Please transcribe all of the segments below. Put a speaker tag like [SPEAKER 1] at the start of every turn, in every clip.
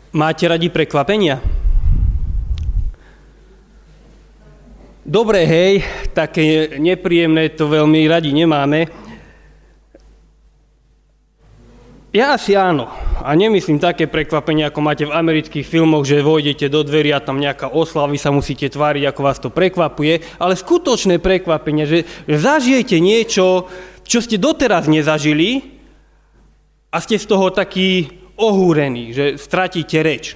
[SPEAKER 1] Máte radi prekvapenia? Dobre, hej, také nepríjemné to veľmi radi nemáme. Ja asi áno. A nemyslím také prekvapenie, ako máte v amerických filmoch, že vojdete do dverí a tam nejaká oslava, vy sa musíte tváriť, ako vás to prekvapuje, ale skutočné prekvapenie, že zažijete niečo, čo ste doteraz nezažili a ste z toho takí ohúrení, že stratíte reč.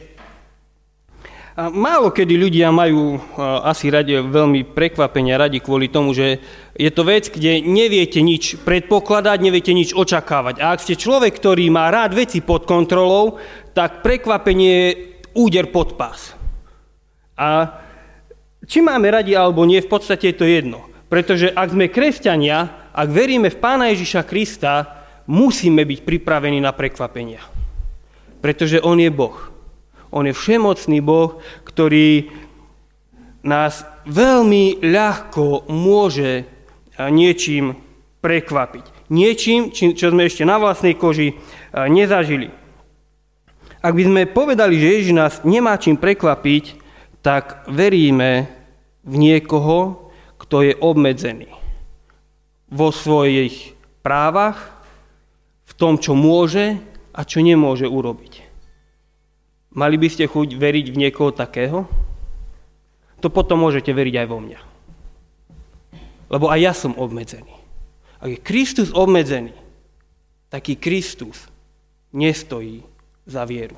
[SPEAKER 1] A málo kedy ľudia majú asi radi veľmi prekvapenia, radi kvôli tomu, že je to vec, kde neviete nič predpokladať, neviete nič očakávať. A ak ste človek, ktorý má rád veci pod kontrolou, tak prekvapenie je úder pod pás. A či máme radi alebo nie, v podstate je to jedno. Pretože ak sme kresťania, ak veríme v Pána Ježiša Krista, musíme byť pripravení na prekvapenia. Pretože on je Boh. On je všemocný Boh, ktorý nás veľmi ľahko môže niečím prekvapiť. Niečím, čo sme ešte na vlastnej koži nezažili. Ak by sme povedali, že Ježiš nás nemá čím prekvapiť, tak veríme v niekoho, kto je obmedzený vo svojich právach, v tom, čo môže a čo nemôže urobiť. Mali by ste chuť veriť v niekoho takého? To potom môžete veriť aj vo mňa. Lebo aj ja som obmedzený. Ak je Kristus obmedzený, taký Kristus nestojí za vieru.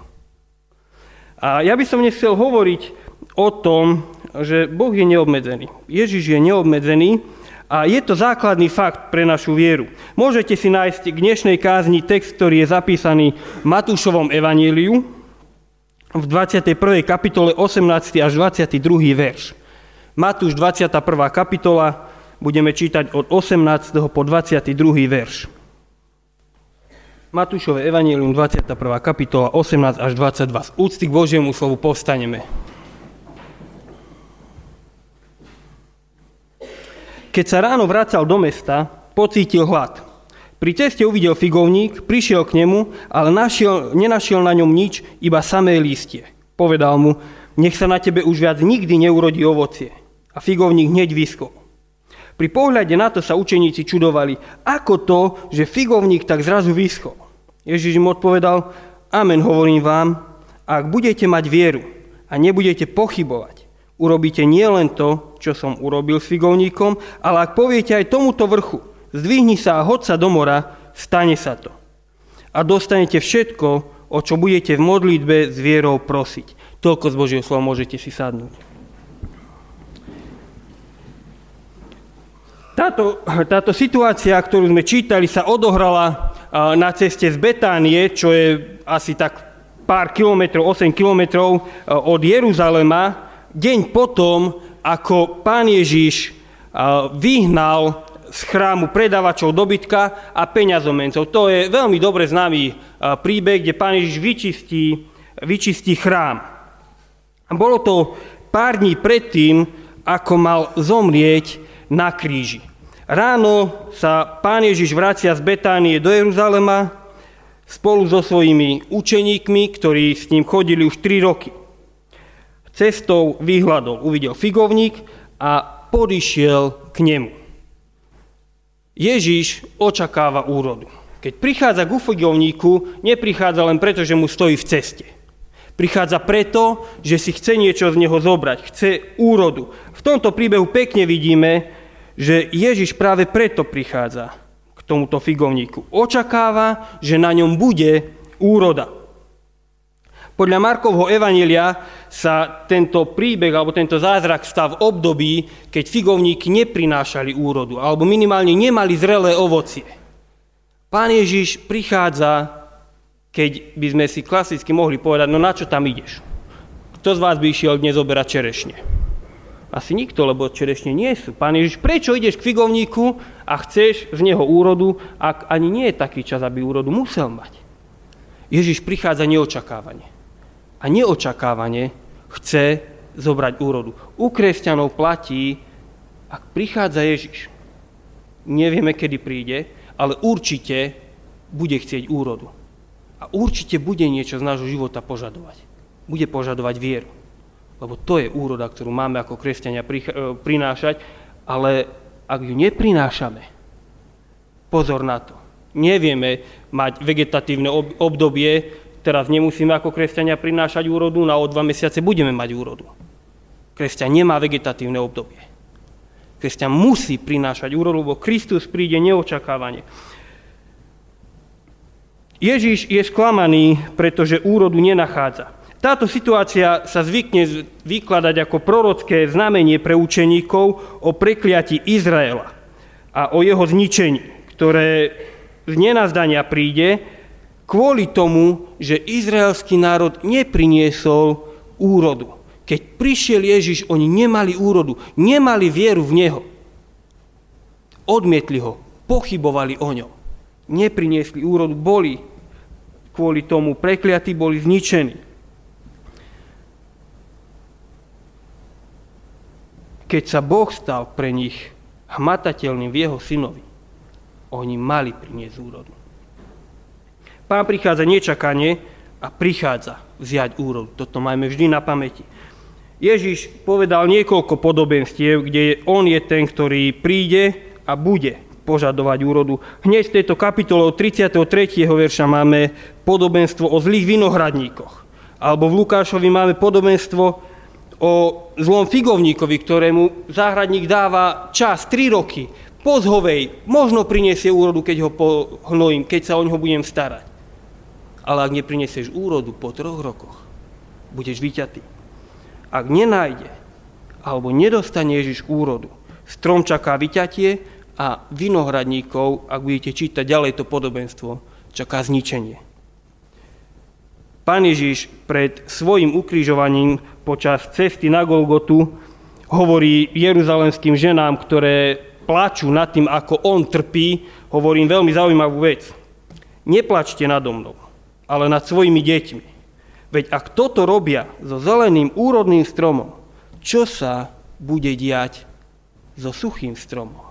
[SPEAKER 1] A ja by som nechcel hovoriť o tom, že Boh je neobmedzený. Ježiš je neobmedzený a je to základný fakt pre našu vieru. Môžete si nájsť k dnešnej kázni text, ktorý je zapísaný v Matúšovom evaníliu, v 21. kapitole 18. až 22. verš. Matúš 21. kapitola, budeme čítať od 18. po 22. verš. Matúšové evanjelium 21. kapitola 18 až 22. Z úcty k Božiemu slovu povstaneme. Keď sa ráno vracal do mesta, pocítil hlad. Pri ceste uvidel figovník, prišiel k nemu, ale nenašiel na ňom nič, iba samé lístie. Povedal mu, nech sa na tebe už viac nikdy neurodí ovocie. A figovník hneď vyschol. Pri pohľade na to sa učeníci čudovali, ako to, že figovník tak zrazu vyschol. Ježiš im odpovedal, amen, hovorím vám, ak budete mať vieru a nebudete pochybovať, urobíte nielen to, čo som urobil s figovníkom, ale ak poviete aj tomuto vrchu, zdvihni sa a hoď sa do mora, stane sa to. A dostanete všetko, o čo budete v modlitbe s vierou prosiť. Toľko z Božieho slova, môžete si sadnúť. Táto situácia, ktorú sme čítali, sa odohrala na ceste z Betánie, čo je asi tak pár kilometrov, 8 kilometrov od Jeruzalema, deň potom, ako Pán Ježiš vyhnal z chrámu predávačov dobytka a peňazomencov. To je veľmi dobre známy príbeh, kde Pán Ježiš vyčistí chrám. Bolo to pár dní predtým, ako mal zomrieť na kríži. Ráno sa Pán Ježiš vracia z Betánie do Jeruzalema spolu so svojimi učeníkmi, ktorí s ním chodili už 3 roky. Cestou vyhľadol, uvidel figovník a podišiel k nemu. Ježiš očakáva úrodu. Keď prichádza k figovníku, neprichádza len preto, že mu stojí v ceste. Prichádza preto, že si chce niečo z neho zobrať, chce úrodu. V tomto príbehu pekne vidíme, že Ježiš práve preto prichádza k tomuto figovníku. Očakáva, že na ňom bude úroda. Podľa Markovho evanjelia sa tento príbeh alebo tento zázrak stal v období, keď figovníky neprinášali úrodu alebo minimálne nemali zrelé ovocie. Pán Ježiš prichádza, keď by sme si klasicky mohli povedať, no na čo tam ideš? Kto z vás by išiel dnes oberať čerešne? Asi nikto, lebo čerešne nie sú. Pán Ježiš, prečo ideš k figovníku a chceš z neho úrodu, ak ani nie je taký čas, aby úrodu musel mať? Ježiš prichádza neočakávane. A neočakávane chce zobrať úrodu. U kresťanov platí, ak prichádza Ježiš, nevieme, kedy príde, ale určite bude chcieť úrodu. A určite bude niečo z nášho života požadovať. bude požadovať vieru. Lebo to je úroda, ktorú máme ako kresťania prinášať, ale ak ju neprinášame, pozor na to, nevieme mať vegetatívne obdobie, teraz nemusíme ako kresťania prinášať úrodu, na o 2 mesiace budeme mať úrodu. Kresťan nemá vegetatívne obdobie. Kresťan musí prinášať úrodu, lebo Kristus príde neočakávane. Ježiš je sklamaný, pretože úrodu nenachádza. Táto situácia sa zvykne vykladať ako prorocké znamenie pre učeníkov o prekliati Izraela a o jeho zničení, ktoré z nenazdania príde kvôli tomu, že izraelský národ nepriniesol úrodu. Keď prišiel Ježiš, oni nemali úrodu, nemali vieru v Neho. Odmietli ho, pochybovali o ňom. Nepriniesli úrodu, boli kvôli tomu prekliatí, boli zničení. Keď sa Boh stal pre nich hmatateľným v jeho synovi, oni mali priniesť úrodu. Pán prichádza nečakane a prichádza vziať úrodu. Toto máme vždy na pamäti. Ježiš povedal niekoľko podobenstiev, kde on je ten, ktorý príde a bude požadovať úrodu. Hneď v tejto kapitole od 33. verša máme podobenstvo o zlých vinohradníkoch. Alebo v Lukášovi máme podobenstvo o zlom figovníkovi, ktorému záhradník dáva čas 3 roky. Po zhovej možno prinesie úrodu, keď ho pohnojím, keď sa o ňoho budem starať. Ale ak neprinesieš úrodu po 3 rokoch, budeš vyťatý. Ak nenájde alebo nedostane Ježiš úrodu, strom čaká vyťatie a vinohradníkov, ak budete čítať ďalej to podobenstvo, čaká zničenie. Pán Ježiš pred svojim ukrižovaním počas cesty na Golgotu hovorí jeruzalemským ženám, ktoré plačú nad tým, ako on trpí, hovorím veľmi zaujímavú vec. Neplačte nado mnou, ale nad svojimi deťmi. Veď ak toto robia so zeleným úrodným stromom, čo sa bude diať so suchým stromom?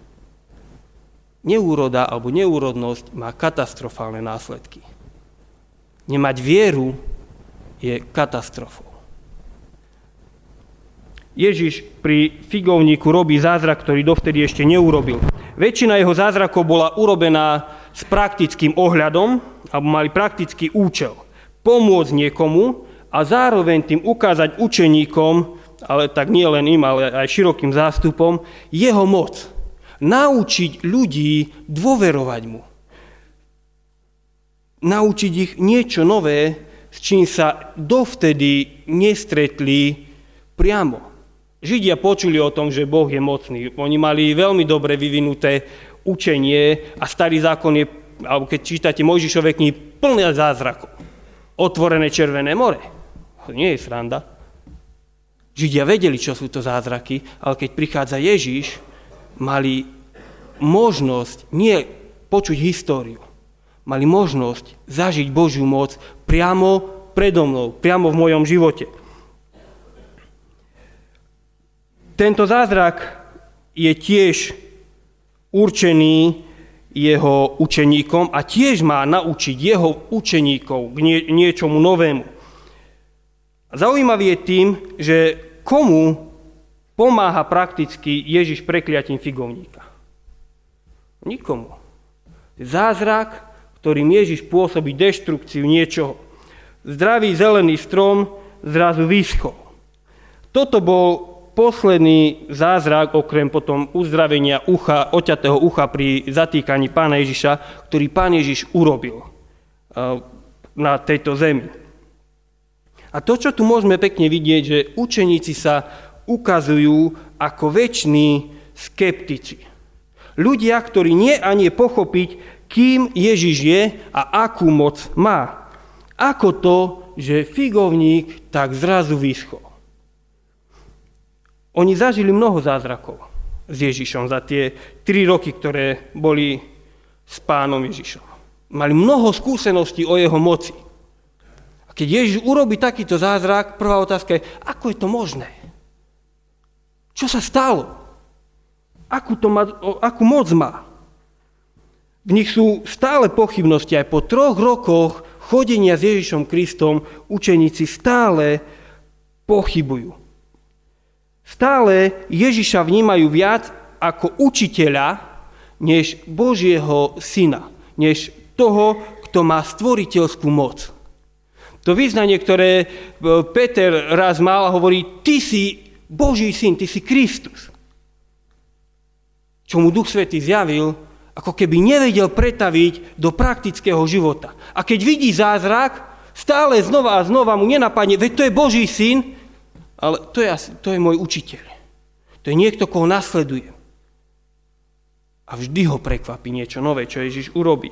[SPEAKER 1] Neúroda alebo neúrodnosť má katastrofálne následky. Nemať vieru je katastrofou. Ježiš pri figovníku robí zázrak, ktorý dovtedy ešte neurobil. Väčšina jeho zázrakov bola urobená s praktickým ohľadom, alebo mali praktický účel. Pomôcť niekomu a zároveň tým ukázať učeníkom, ale tak nie len im, ale aj širokým zástupom, jeho moc. Naučiť ľudí dôverovať mu. Naučiť ich niečo nové, s čím sa dovtedy nestretli priamo. Židia počuli o tom, že Boh je mocný. Oni mali veľmi dobre vyvinuté učenie a starý zákon je, alebo keď čítate Mojžišove knihy, plné zázrakov. Otvorené Červené more. To nie je sranda. Židia vedeli, čo sú to zázraky, ale keď prichádza Ježiš, mali možnosť nie počuť históriu, mali možnosť zažiť Božiu moc priamo predo mnou, priamo v mojom živote. Tento zázrak je tiež určený jeho učeníkom a tiež má naučiť jeho učeníkov k niečomu novému. Zaujímavý je tým, že komu pomáha prakticky Ježiš prekliatím figovníka? Nikomu. Zázrak, ktorým Ježiš pôsobí deštrukciu niečoho. Zdravý zelený strom zrazu vyschol. Toto bol posledný zázrak, okrem potom uzdravenia oťatého ucha pri zatýkaní Pána Ježiša, ktorý Pán Ježiš urobil na tejto zemi. A to, čo tu môžeme pekne vidieť, že učeníci sa ukazujú ako väčší skeptici. Ľudia, ktorí nie ani pochopiť, kým Ježiš je a akú moc má. Ako to, že figovník tak zrazu vyschol. Oni zažili mnoho zázrakov s Ježišom za tie 3 roky, ktoré boli s Pánom Ježišom. Mali mnoho skúseností o jeho moci. A keď Ježiš urobí takýto zázrak, prvá otázka je, ako je to možné? Čo sa stalo? Akú moc má? V nich sú stále pochybnosti. Aj po 3 rokoch chodenia s Ježišom Kristom učeníci stále pochybujú. Stále Ježiša vnímajú viac ako učiteľa, než Božieho syna, než toho, kto má stvoriteľskú moc. To vyznanie, ktoré Peter raz mal, hovorí, ty si Boží syn, ty si Kristus. Čo mu Duch Svätý zjavil, ako keby nevedel pretaviť do praktického života. A keď vidí zázrak, stále znova a znova mu nenapadne, veď to je Boží syn, ale to je môj učiteľ. To je niekto, koho nasledujem. A vždy ho prekvapí niečo nové, čo Ježiš urobí.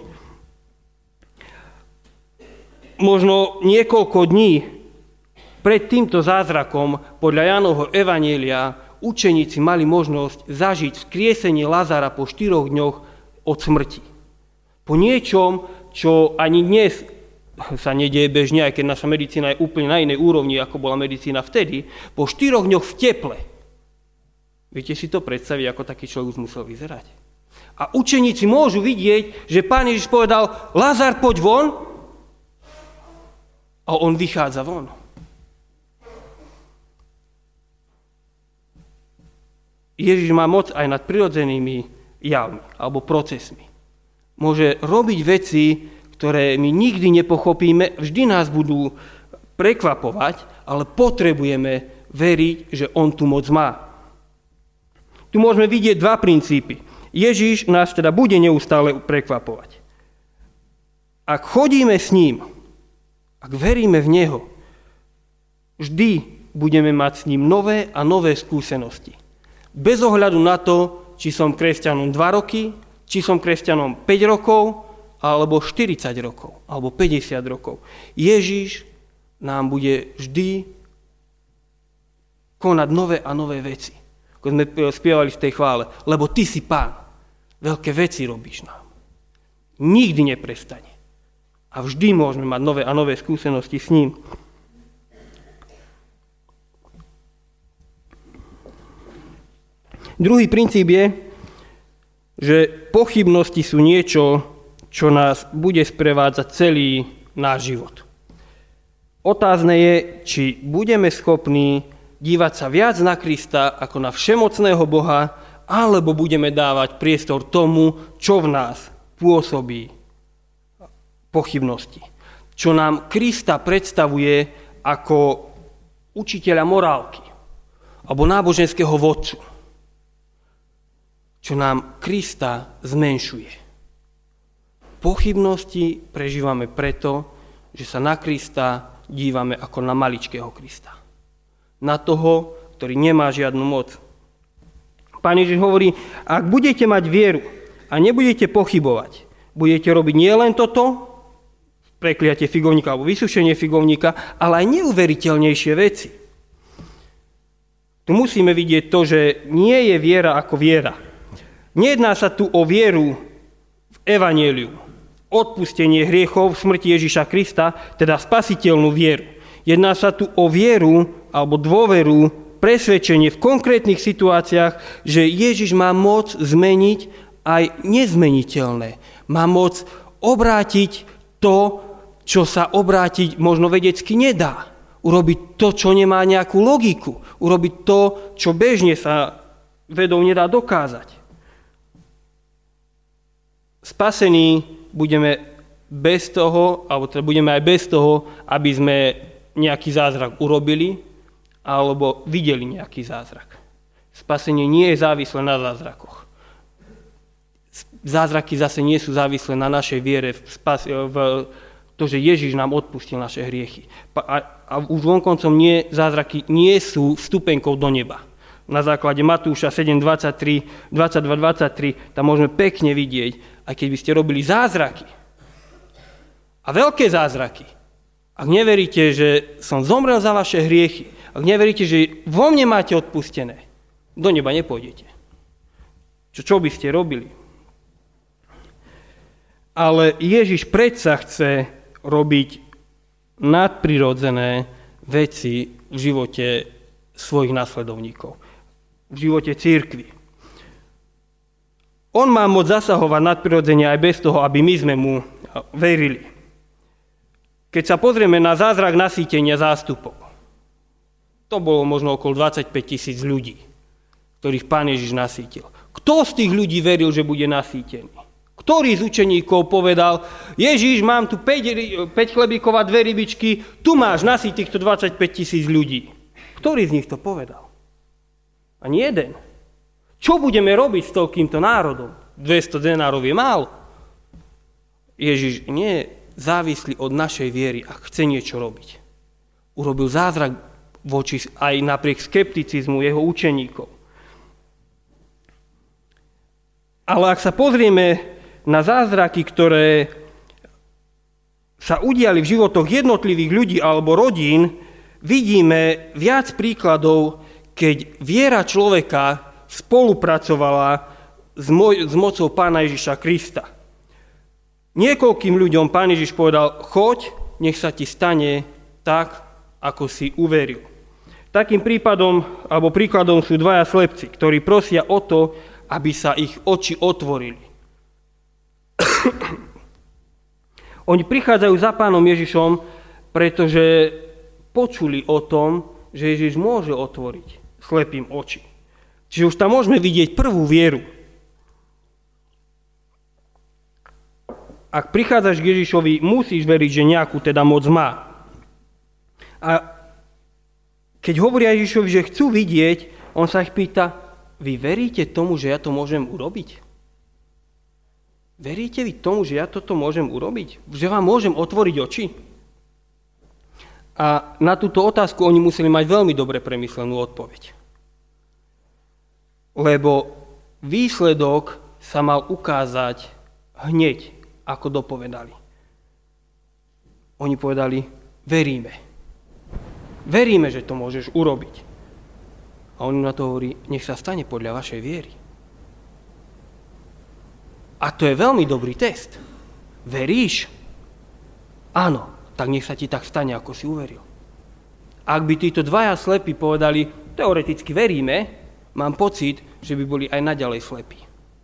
[SPEAKER 1] Možno niekoľko dní pred týmto zázrakom podľa Jánovho evanjelia učeníci mali možnosť zažiť vzkriesenie Lazara po 4 dňoch od smrti. Po niečom, čo ani dnes sa nedieje bežne, aj keď naša medicína je úplne na inej úrovni, ako bola medicína vtedy, po 4 dňoch v teple. Viete si to predstaviť, ako taký človek musel vyzerať? A učeníci môžu vidieť, že Pán Ježiš povedal, Lazar, poď von, a on vychádza von. Ježiš má moc aj nad prirodzenými javmi alebo procesmi. Môže robiť veci, ktoré my nikdy nepochopíme, vždy nás budú prekvapovať, ale potrebujeme veriť, že on tú moc má. Tu môžeme vidieť 2 princípy. Ježiš nás teda bude neustále prekvapovať. Ak chodíme s ním, ak veríme v Neho, vždy budeme mať s ním nové a nové skúsenosti. Bez ohľadu na to, či som kresťanom 2 roky, či som kresťanom 5 rokov, alebo 40 rokov, alebo 50 rokov. Ježiš nám bude vždy konať nové a nové veci. Ako sme spievali v tej chvále, lebo ty si Pán, veľké veci robíš nám. Nikdy neprestane. A vždy môžeme mať nové a nové skúsenosti s ním. Druhý princíp je, že pochybnosti sú niečo, čo nás bude sprevádzať celý náš život. Otázne je, či budeme schopní dívať sa viac na Krista ako na všemocného Boha, alebo budeme dávať priestor tomu, čo v nás pôsobí pochybnosti. Čo nám Krista predstavuje ako učiteľa morálky alebo náboženského vodcu. Čo nám Krista zmenšuje. Pochybnosti prežívame preto, že sa na Krista dívame ako na maličkého Krista. Na toho, ktorý nemá žiadnu moc. Pán Ježiš hovorí, ak budete mať vieru a nebudete pochybovať, budete robiť nielen toto, prekliatie figovníka alebo vysušenie figovníka, ale aj neuveriteľnejšie veci. Tu musíme vidieť to, že nie je viera ako viera. Nejedná sa tu o vieru v evanjeliu, odpustenie hriechov v smrti Ježiša Krista, teda spasiteľnú vieru. Jedná sa tu o vieru alebo dôveru, presvedčenie v konkrétnych situáciách, že Ježiš má moc zmeniť aj nezmeniteľné. Má moc obrátiť to, čo sa obrátiť možno vedecky nedá. Urobiť to, čo nemá nejakú logiku. Urobiť to, čo bežne sa vedou nedá dokázať. Spasení budeme bez toho, alebo teda budeme aj bez toho, aby sme nejaký zázrak urobili, alebo videli nejaký zázrak. Spasenie nie je závislé na zázrakoch. Zázraky zase nie sú závislé na našej viere v to, že Ježiš nám odpustil naše hriechy. A už vonkoncom zázraky nie sú vstupenkou do neba. Na základe Matúša 7:23, 22-23, tam môžeme pekne vidieť, aj keď by ste robili zázraky, a veľké zázraky, ak neveríte, že som zomrel za vaše hriechy, ak neveríte, že vo mne máte odpustené, do neba nepôjdete. Čo by ste robili? Ale Ježiš predsa chce robiť nadprirodzené veci v živote svojich nasledovníkov, v živote cirkvi. On má moc zasahovať nadprirodzene aj bez toho, aby my sme mu verili. Keď sa pozrieme na zázrak nasýtenia zástupov, to bolo možno okolo 25 000 ľudí, ktorých Pán Ježiš nasýtil. Kto z tých ľudí veril, že bude nasýtený? Ktorý z učeníkov povedal, Ježiš, mám tu 5 chlebíkov a 2 rybičky, tu máš, nasýť týchto 25 000 ľudí. Ktorý z nich to povedal? Ani jeden. Čo budeme robiť s toľkýmto národom? 200 denárov je málo. Ježiš nie je závislý od našej viery a chce niečo robiť. Urobil zázrak voči aj napriek skepticizmu jeho učeníkov. Ale ak sa pozrieme na zázraky, ktoré sa udiali v životoch jednotlivých ľudí alebo rodín, vidíme viac príkladov, keď viera človeka spolupracovala s mocou Pána Ježiša Krista. Niekoľkým ľuďom Pán Ježiš povedal, choď, nech sa ti stane tak, ako si uveril. Takým príkladom sú dvaja slepci, ktorí prosia o to, aby sa ich oči otvorili. Oni prichádzajú za Pánom Ježišom, pretože počuli o tom, že Ježiš môže otvoriť slepým oči. Čiže už tam môžeme vidieť prvú vieru. Ak prichádzaš k Ježišovi, musíš veriť, že nejakú teda moc má. A keď hovoria Ježišovi, že chcú vidieť, on sa ich pýta, vy veríte tomu, že ja to môžem urobiť? Veríte vy tomu, že ja toto môžem urobiť? Že vám môžem otvoriť oči? A na túto otázku oni museli mať veľmi dobre premyslenú odpoveď. Lebo výsledok sa mal ukázať hneď, ako dopovedali. Oni povedali, veríme. Veríme, že to môžeš urobiť. A on na to hovorí, nech sa stane podľa vašej viery. A to je veľmi dobrý test. Veríš? Áno, tak nech sa ti tak stane, ako si uveril. Ak by títo dvaja slepí povedali, teoreticky veríme, mám pocit, že by boli aj naďalej slepí.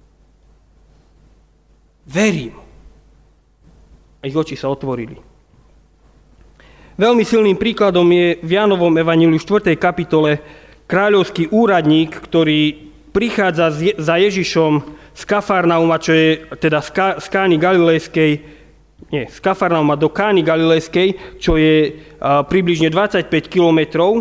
[SPEAKER 1] Verím. A ich oči sa otvorili. Veľmi silným príkladom je v Jánovom evanjeliu 4. kapitole kráľovský úradník, ktorý prichádza za Ježišom z Kafarnauma, čo je teda z Kány Galilejskej, z Kafarnauma do Kány Galilejskej, čo je približne 25 kilometrov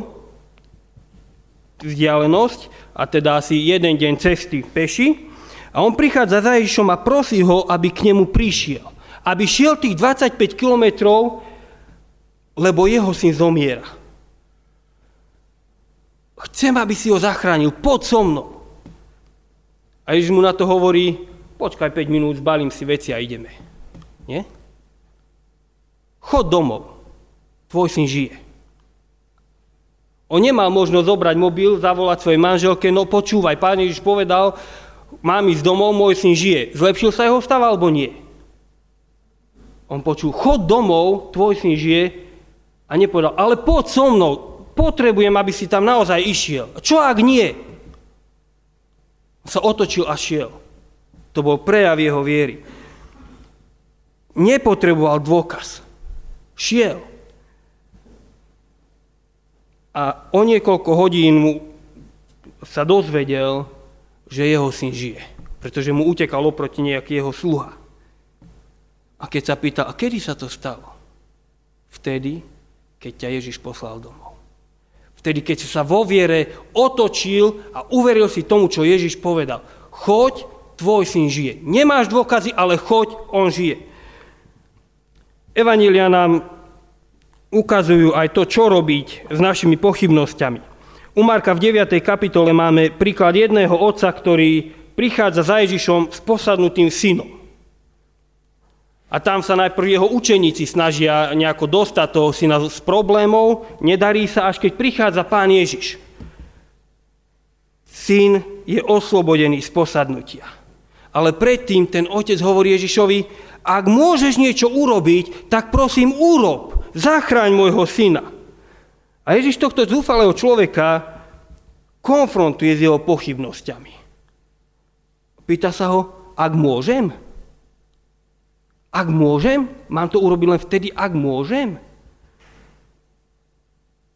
[SPEAKER 1] vzdialenosť a teda asi jeden deň cesty peši. A on prichádza za Ježišom a prosí ho, aby k nemu prišiel. Aby šiel tých 25 kilometrov, lebo jeho syn zomiera. Chcem, aby si ho zachránil, poď so mnou. A Ježiš mu na to hovorí, počkaj 5 minút, zbalím si veci a ideme. Nie? Chod domov, tvoj syn žije. On nemal možnosť zobrať mobil, zavolať svojej manželke, no počúvaj, Pán Ježiš povedal, mám ísť domov, môj syn žije. Zlepšil sa jeho stav alebo nie? On počul, chod domov, tvoj syn žije, a nepovedal, ale poď so mnou, potrebujem, aby si tam naozaj išiel. Čo ak nie? On sa otočil a šiel. To bol prejav jeho viery. Nepotreboval dôkaz. Šiel. A o niekoľko hodín mu sa dozvedel, že jeho syn žije. Pretože mu utekal oproti nejaký jeho sluha. A keď sa pýtal, a kedy sa to stalo? Vtedy, keď ťa Ježiš poslal domov. Vtedy, keď si sa vo viere otočil a uveril si tomu, čo Ježiš povedal. Choď, tvoj syn žije. Nemáš dôkazy, ale choď, on žije. Evanjelia nám ukazujú aj to, čo robiť s našimi pochybnosťami. U Marka v 9. kapitole máme príklad jedného otca, ktorý prichádza za Ježišom s posadnutým synom. A tam sa najprv jeho učeníci snažia nejako dostať toho syna z problémov, nedarí sa, až keď prichádza Pán Ježiš. Syn je oslobodený z posadnutia. Ale predtým ten otec hovorí Ježišovi, ak môžeš niečo urobiť, tak prosím urob, zachráň môjho syna. A Ježiš tohto zúfalého človeka konfrontuje s jeho pochybnosťami. Pýta sa ho, ak môžem? Ak môžem? Mám to urobiť len vtedy, ak môžem?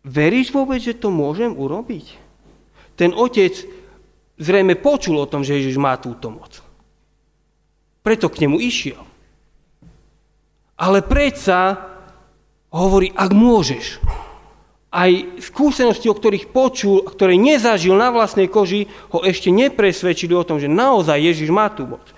[SPEAKER 1] veríš vôbec, že to môžem urobiť? Ten otec zrejme počul o tom, že Ježiš má túto moc. Preto k nemu išiel. Ale predsa hovorí, ak môžeš. Aj skúsenosti, o ktorých počul, ktoré nezažil na vlastnej koži, ho ešte nepresvedčili o tom, že naozaj Ježiš má tú moc.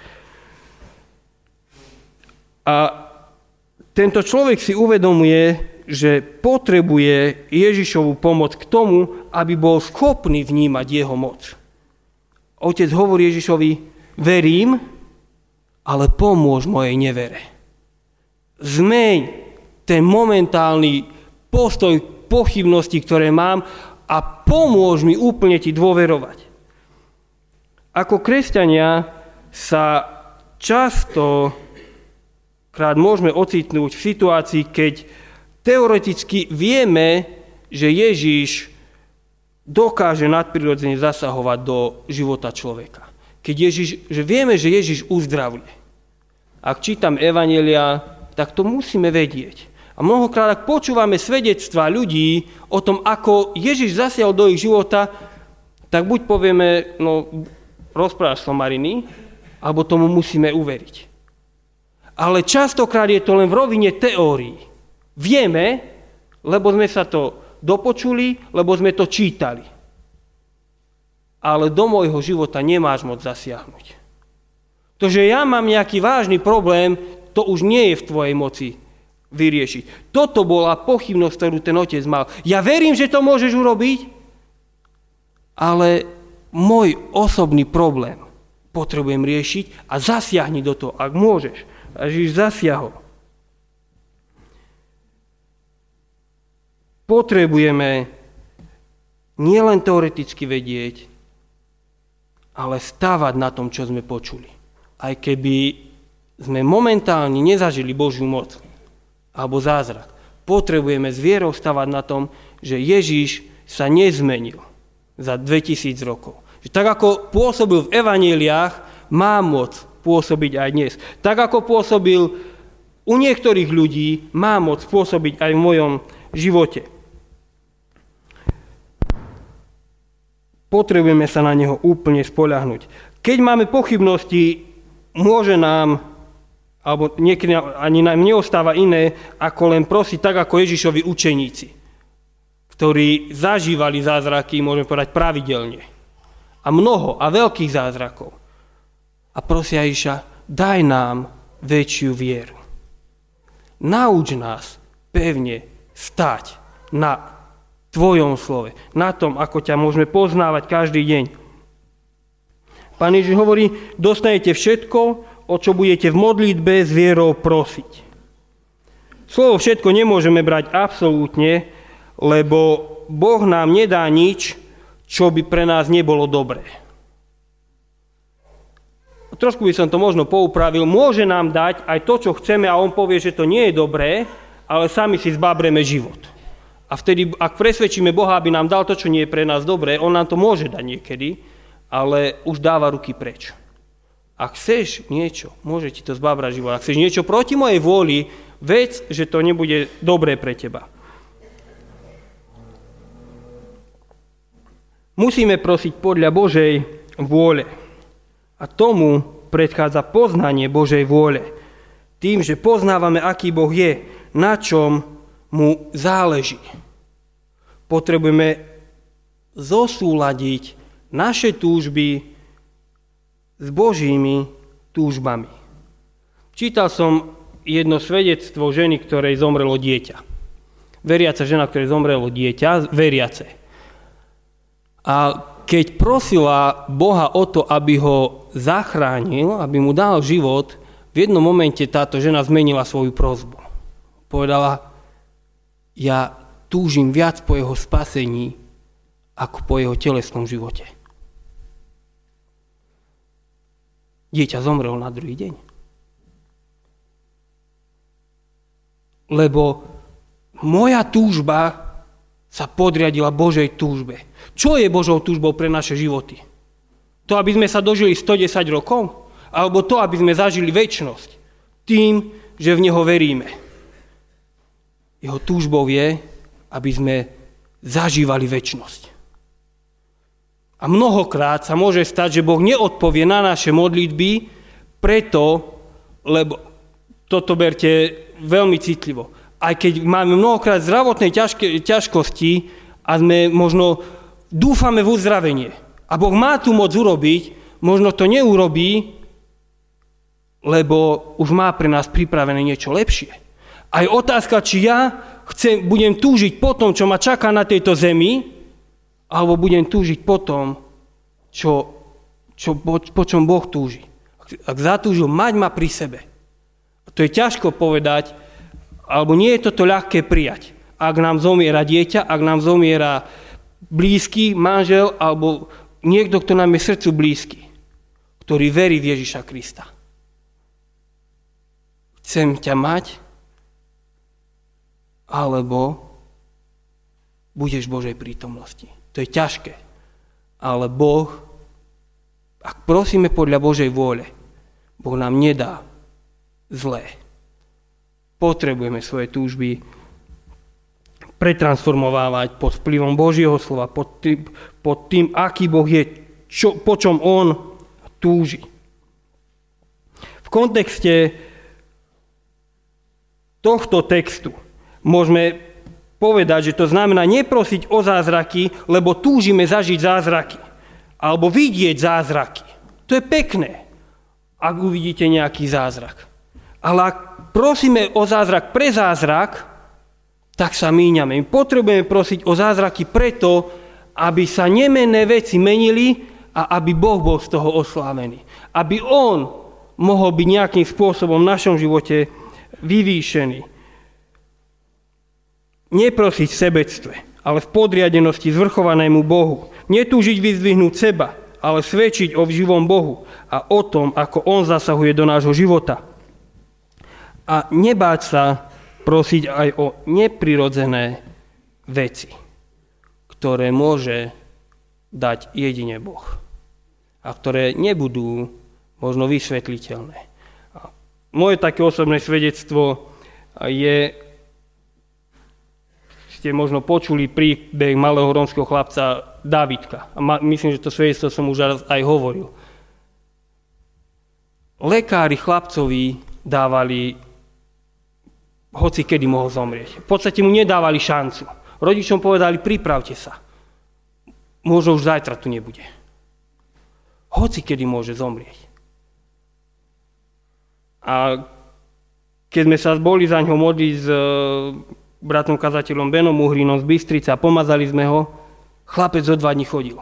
[SPEAKER 1] A tento človek si uvedomuje, že potrebuje Ježišovu pomoc k tomu, aby bol schopný vnímať jeho moc. Otec hovorí Ježišovi, verím, ale pomôž mojej nevere. Zmeň ten momentálny postoj pochybnosti, ktoré mám a pomôž mi úplne ti dôverovať. Ako kresťania sa častokrát môžeme ocitnúť v situácii, keď teoreticky vieme, že Ježiš dokáže nadprirodzene zasahovať do života človeka. Že vieme, že Ježiš uzdravuje. Ak čítam evanjelia, tak to musíme vedieť. A mnohokrát, ak počúvame svedectvá ľudí o tom, ako Ježiš zasiahol do ich života, tak buď povieme, rozprávaš somariny, alebo tomu musíme uveriť. Ale častokrát je to len v rovine teórií. Vieme, lebo sme sa to dopočuli, lebo sme to čítali. Ale do môjho života nemáš moc zasiahnuť. To, že ja mám nejaký vážny problém, to už nie je v tvojej moci vyriešiť. Toto bola pochybnosť, ktorú ten otec mal. Ja verím, že to môžeš urobiť, ale môj osobný problém potrebujem riešiť a zasiahni do toho, ak môžeš. A Ježiš zasiahol. Potrebujeme nielen teoreticky vedieť, ale stávať na tom, čo sme počuli. Aj keby sme momentálne nezažili Božiu moc alebo zázrak. Potrebujeme s vierou stavať na tom, že Ježiš sa nezmenil za 2000 rokov. Že tak ako pôsobil v evanjeliách, má moc pôsobiť aj dnes. Tak ako pôsobil u niektorých ľudí, má moc pôsobiť aj v mojom živote. Potrebujeme sa na neho úplne spoľahnúť. Keď máme pochybnosti, môže nám alebo niekedy ani nám neostáva iné, ako len prosiť tak, ako Ježišovi učeníci, ktorí zažívali zázraky, môžeme povedať, pravidelne. A mnoho a veľkých zázrakov. A prosia Ježiša, daj nám väčšiu vieru. Nauč nás pevne stať na tvojom slove, na tom, ako ťa môžeme poznávať každý deň. Pán Ježiš hovorí, dostanete všetko, o čo budete v modlitbe s vierou prosiť. Slovo všetko nemôžeme brať absolútne, lebo Boh nám nedá nič, čo by pre nás nebolo dobré. Trošku by som to možno poupravil. Môže nám dať aj to, čo chceme a on povie, že to nie je dobré, ale sami si zbabreme život. A vtedy, ak presvedčíme Boha, aby nám dal to, čo nie je pre nás dobré, on nám to môže dať niekedy, ale už dáva ruky preč. Ak chceš niečo, môže ti to zbabrať život. Ak chceš niečo proti mojej vôli, vec, že to nebude dobré pre teba. Musíme prosiť podľa Božej vôle. A tomu predchádza poznanie Božej vôle. Tým, že poznávame, aký Boh je, na čom mu záleží. Potrebujeme zosúladiť naše túžby s Božími túžbami. Čítal som jedno svedectvo ženy, ktorej zomrelo dieťa. Veriaca žena, ktorej zomrelo dieťa, veriace. A keď prosila Boha o to, aby ho zachránil, aby mu dal život, v jednom momente táto žena zmenila svoju prosbu. Povedala, ja túžim viac po jeho spasení, ako po jeho telesnom živote. Dieťa zomrelo na druhý deň. Lebo moja túžba sa podriadila Božej túžbe. Čo je Božou túžbou pre naše životy? To, aby sme sa dožili 110 rokov? Alebo to, aby sme zažili večnosť? Tým, že v Neho veríme. Jeho túžbou je, aby sme zažívali večnosť. A mnohokrát sa môže stať, že Boh neodpovie na naše modlitby preto, lebo toto berte veľmi citlivo. Aj keď máme mnohokrát zdravotné ťažkosti a sme možno dúfame v uzdravenie. A Boh má tu moc urobiť, možno to neurobí, lebo už má pre nás pripravené niečo lepšie. Aj otázka, či ja budem túžiť po tom, čo ma čaká na tejto zemi, alebo budem túžiť po tom, po čom Boh túži. Ak zatúžil mať ma pri sebe. To je ťažko povedať, alebo nie je toto ľahké prijať. Ak nám zomiera dieťa, ak nám zomiera blízky, manžel, alebo niekto, kto nám je srdcu blízky, ktorý verí v Ježiša Krista. Chcem ťa mať, alebo budeš v Božej prítomnosti. To je ťažké. Ale Boh, ak prosíme podľa Božej vôle, Boh nám nedá zlé. Potrebujeme svoje túžby pretransformovávať pod vplyvom Božieho slova, pod tým, aký Boh je, po čom On túži. V kontexte tohto textu môžeme povedať, že to znamená neprosiť o zázraky, lebo túžime zažiť zázraky. Alebo vidieť zázraky. To je pekné, ak uvidíte nejaký zázrak. Ale ak prosíme o zázrak pre zázrak, tak sa míňame. My potrebujeme prosiť o zázraky preto, aby sa nemenné veci menili a aby Boh bol z toho oslávený. Aby On mohol byť nejakým spôsobom v našom živote vyvýšený. Neprosiť v sebectve, ale v podriadenosti zvrchovanému Bohu. Netúžiť vyzdvihnúť seba, ale svedčiť o živom Bohu a o tom, ako On zasahuje do nášho života. A nebáť sa prosiť aj o neprirodzené veci, ktoré môže dať jedine Boh a ktoré nebudú možno vysvetliteľné. Moje také osobné svedectvo je, ste možno počuli príbeh malého rómskeho chlapca Dávidka. A myslím, že to svedectvo som už aj hovoril. Lekári chlapcovi dávali, hoci kedy mohol zomrieť. V podstate mu nedávali šancu. Rodičom povedali, pripravte sa. Možno už zajtra tu nebude. Hoci kedy môže zomrieť. A keď sme sa boli za ňo modliť s bratom kazateľom Benom Uhrinom z Bystrice a pomazali sme ho, chlapec o 2 dní chodil.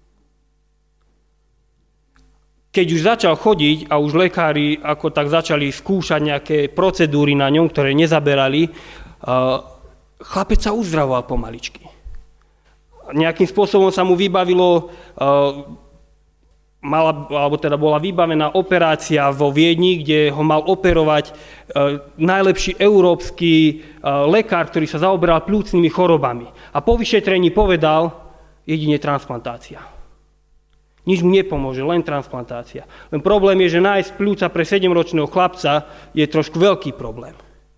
[SPEAKER 1] Keď už začal chodiť a už lekári ako tak začali skúšať nejaké procedúry na ňom, ktoré nezaberali, chlapec sa uzdravoval pomaličky. Nejakým spôsobom sa mu vybavilo, bola vybavená operácia vo Viedni, kde ho mal operovať najlepší európsky lekár, ktorý sa zaoberal pľúcnymi chorobami. A po vyšetrení povedal, jedine transplantácia. Nič mu nepomôže, len transplantácia. Len problém je, že nájsť pľúca pre 7-ročného chlapca je trošku veľký problém.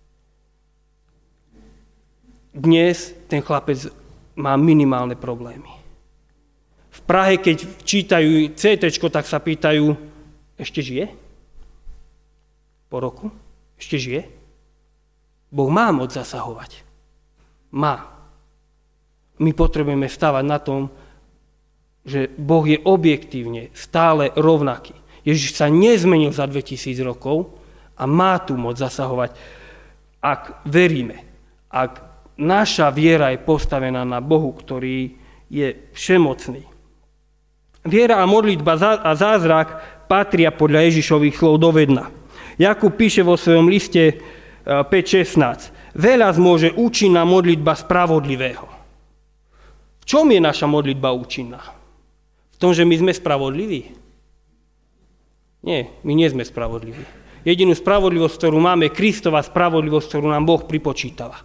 [SPEAKER 1] Dnes ten chlapec má minimálne problémy. V Prahe, keď čítajú CT, tak sa pýtajú, ešte žije? Po roku? Ešte žije? Boh má moc zasahovať. Má. My potrebujeme stávať na tom, že Boh je objektívne stále rovnaký. Ježiš sa nezmenil za 2000 rokov a má tu moc zasahovať, ak veríme. Ak naša viera je postavená na Bohu, ktorý je všemocný. Viera a modlitba a zázrak patria podľa Ježišových slov do vedna. Jakub píše vo svojom liste 5.16. Veľa zmôže účinná modlitba spravodlivého. V čom je naša modlitba účinná? V tom, že my sme spravodliví? Nie, my nie sme spravodliví. Jedinú spravodlivosť, ktorú máme, je Kristova spravodlivosť, ktorú nám Boh pripočítava.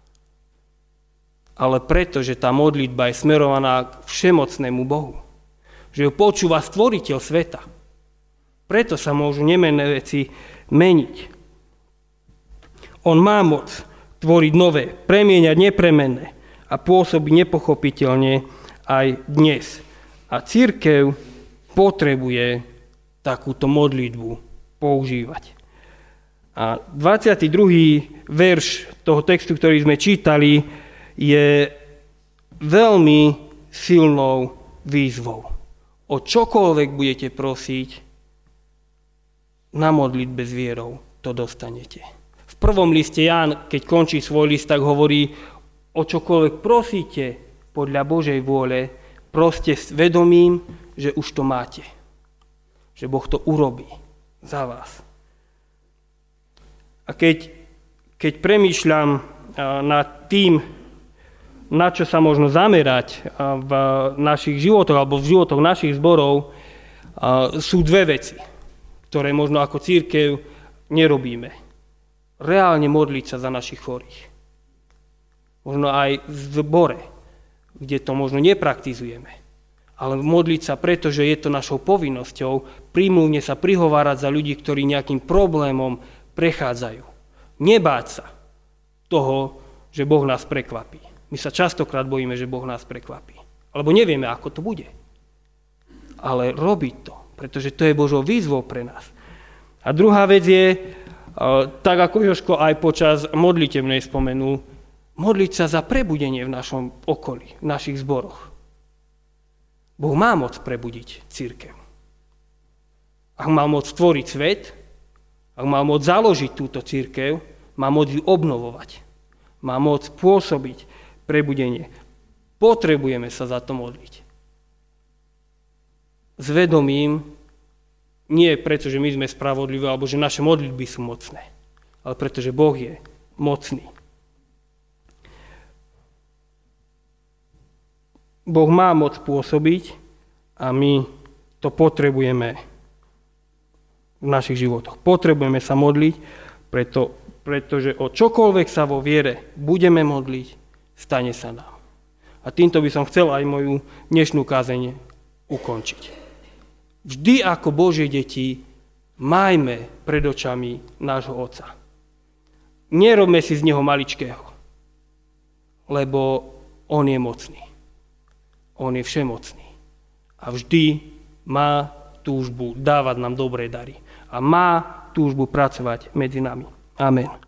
[SPEAKER 1] Ale preto, že tá modlitba je smerovaná k všemocnému Bohu. Že ju počúva stvoriteľ sveta. Preto sa môžu nemenné veci meniť. On má moc tvoriť nové, premieňať nepremenné. a pôsobí nepochopiteľne aj dnes. A cirkev potrebuje takúto modlitbu používať. A 22. verš toho textu, ktorý sme čítali, je veľmi silnou výzvou. O čokoľvek budete prosiť, na modlitbe s vierou to dostanete. V prvom liste Ján, keď končí svoj list, tak hovorí, o čokoľvek prosíte podľa Božej vôle, proste s vedomím, že už to máte. Že Boh to urobí za vás. A keď premýšľam nad tým, na čo sa možno zamerať v našich životoch alebo v životoch našich zborov, sú dve veci, ktoré možno ako cirkev nerobíme. Reálne modliť sa za našich chorých. Možno aj v zbore, kde to možno nepraktizujeme. Ale modliť sa, pretože je to našou povinnosťou, prímluvne sa prihovárať za ľudí, ktorí nejakým problémom prechádzajú. Nebáť sa toho, že Boh nás prekvapí. My sa častokrát bojíme, že Boh nás prekvapí. Alebo nevieme, ako to bude. Ale robiť to, pretože to je Božou výzvou pre nás. A druhá vec je, tak ako Jožko aj počas modlitebnej spomenul, modliť sa za prebudenie v našom okolí, v našich zboroch. Boh má moc prebudiť cirkev. Ak má moc tvoriť svet, ak má moc založiť túto cirkev, má moc ju obnovovať. Má moc pôsobiť prebudenie. Potrebujeme sa za to modliť. S vedomím, nie preto, že my sme spravodliví, alebo že naše modlitby sú mocné, ale pretože Boh je mocný. Boh má moc pôsobiť a my to potrebujeme v našich životoch. Potrebujeme sa modliť, pretože o čokoľvek sa vo viere budeme modliť, stane sa nám. A týmto by som chcel aj moju dnešnú kázeň ukončiť. Vždy ako Božie deti majme pred očami nášho Otca. Nerobme si z neho maličkého, lebo on je mocný. On je všemocný. A vždy má túžbu dávať nám dobré dary. A má túžbu pracovať medzi nami. Amen.